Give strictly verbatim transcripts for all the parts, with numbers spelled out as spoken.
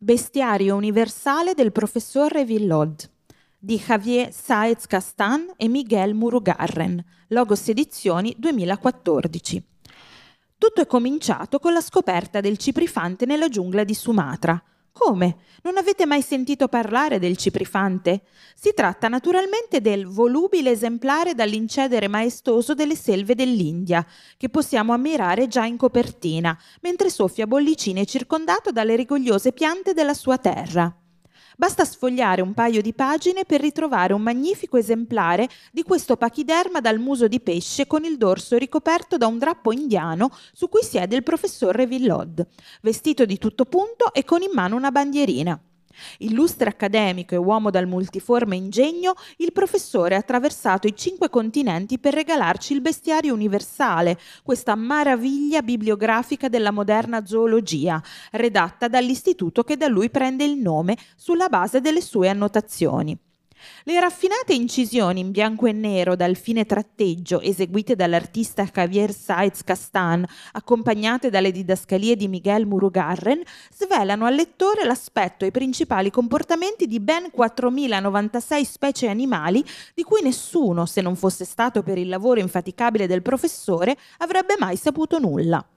Bestiario universale del professor Revillod di Javier Sáenz Castan e Miguel Murugarren, Logos Edizioni duemilaquattordici. Tutto è cominciato con la scoperta del ciprifante nella giungla di Sumatra. Come? Non avete mai sentito parlare del ciprifante? Si tratta naturalmente del volubile esemplare dall'incedere maestoso delle selve dell'India, che possiamo ammirare già in copertina, mentre soffia bollicine circondato dalle rigogliose piante della sua terra. Basta sfogliare un paio di pagine per ritrovare un magnifico esemplare di questo pachiderma dal muso di pesce con il dorso ricoperto da un drappo indiano su cui siede il professor Revillod, vestito di tutto punto e con in mano una bandierina. Illustre accademico e uomo dal multiforme ingegno, il professore ha attraversato i cinque continenti per regalarci il bestiario universale, questa maraviglia bibliografica della moderna zoologia, redatta dall'istituto che da lui prende il nome sulla base delle sue annotazioni. Le raffinate incisioni in bianco e nero dal fine tratteggio eseguite dall'artista Javier Sáenz Castan, accompagnate dalle didascalie di Miguel Murugarren, svelano al lettore l'aspetto e i principali comportamenti di ben quattromilanovantasei specie animali di cui nessuno, se non fosse stato per il lavoro infaticabile del professore, avrebbe mai saputo nulla.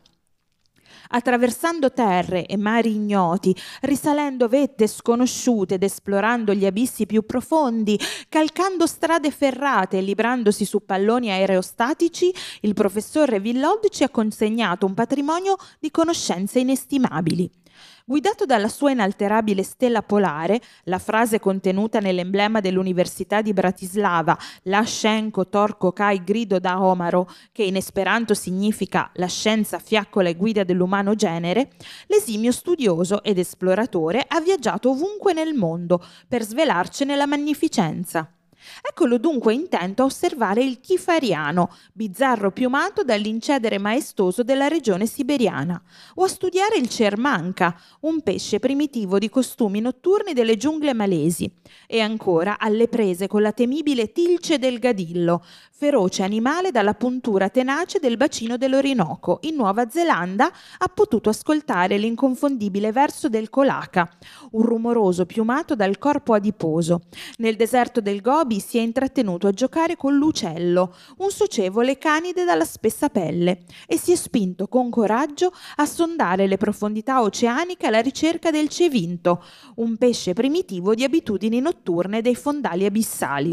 Attraversando terre e mari ignoti, risalendo vette sconosciute ed esplorando gli abissi più profondi, calcando strade ferrate e librandosi su palloni aerostatici, il professor Revillod ci ha consegnato un patrimonio di conoscenze inestimabili. Guidato dalla sua inalterabile stella polare, la frase contenuta nell'emblema dell'Università di Bratislava, La scienco torco kai grido da Omaro, che in esperanto significa la scienza fiaccola e guida dell'umano genere, l'esimio studioso ed esploratore ha viaggiato ovunque nel mondo per svelarcene la magnificenza. Eccolo dunque intento a osservare il chifariano, bizzarro piumato dall'incedere maestoso della regione siberiana, o a studiare il cermanca, un pesce primitivo di costumi notturni delle giungle malesi, e ancora alle prese con la temibile tilce del gadillo, feroce animale dalla puntura tenace del bacino dell'Orinoco. In Nuova Zelanda ha potuto ascoltare l'inconfondibile verso del colaca, un rumoroso piumato dal corpo adiposo. Nel deserto del Gobi si è intrattenuto a giocare con l'ucello, un socievole canide dalla spessa pelle, e si è spinto con coraggio a sondare le profondità oceaniche alla ricerca del cevinto, un pesce primitivo di abitudini notturne dei fondali abissali.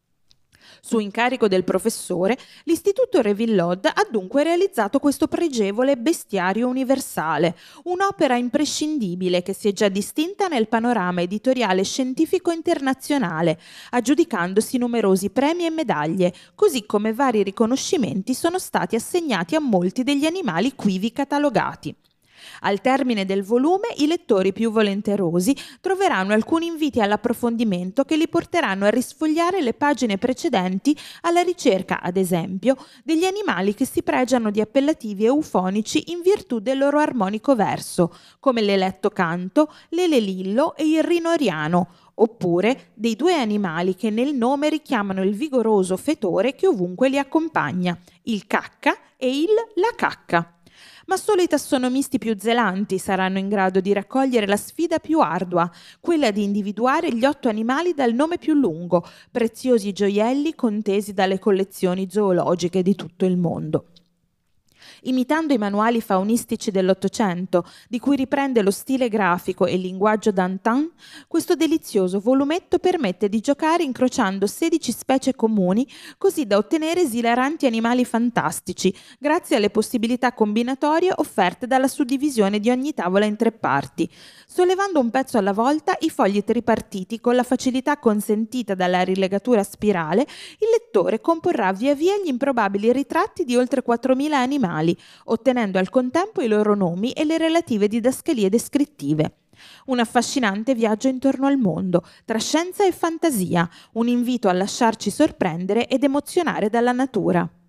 Su incarico del professore, l'Istituto Revillod ha dunque realizzato questo pregevole bestiario universale, un'opera imprescindibile che si è già distinta nel panorama editoriale scientifico internazionale, aggiudicandosi numerosi premi e medaglie, così come vari riconoscimenti sono stati assegnati a molti degli animali quivi catalogati. Al termine del volume, i lettori più volenterosi troveranno alcuni inviti all'approfondimento che li porteranno a risfogliare le pagine precedenti alla ricerca, ad esempio, degli animali che si pregiano di appellativi eufonici in virtù del loro armonico verso, come l'eletto canto, l'elelillo e il rinoriano, oppure dei due animali che nel nome richiamano il vigoroso fetore che ovunque li accompagna, il cacca e il la cacca. Ma solo i tassonomisti più zelanti saranno in grado di raccogliere la sfida più ardua, quella di individuare gli otto animali dal nome più lungo, preziosi gioielli contesi dalle collezioni zoologiche di tutto il mondo. Imitando i manuali faunistici dell'Ottocento, di cui riprende lo stile grafico e il linguaggio d'antan, questo delizioso volumetto permette di giocare incrociando sedici specie comuni, così da ottenere esilaranti animali fantastici, grazie alle possibilità combinatorie offerte dalla suddivisione di ogni tavola in tre parti. Sollevando un pezzo alla volta, i fogli tripartiti con la facilità consentita dalla rilegatura a spirale, il lettore comporrà via via gli improbabili ritratti di oltre quattromila animali, ottenendo al contempo i loro nomi e le relative didascalie descrittive. Un affascinante viaggio intorno al mondo, tra scienza e fantasia, un invito a lasciarci sorprendere ed emozionare dalla natura.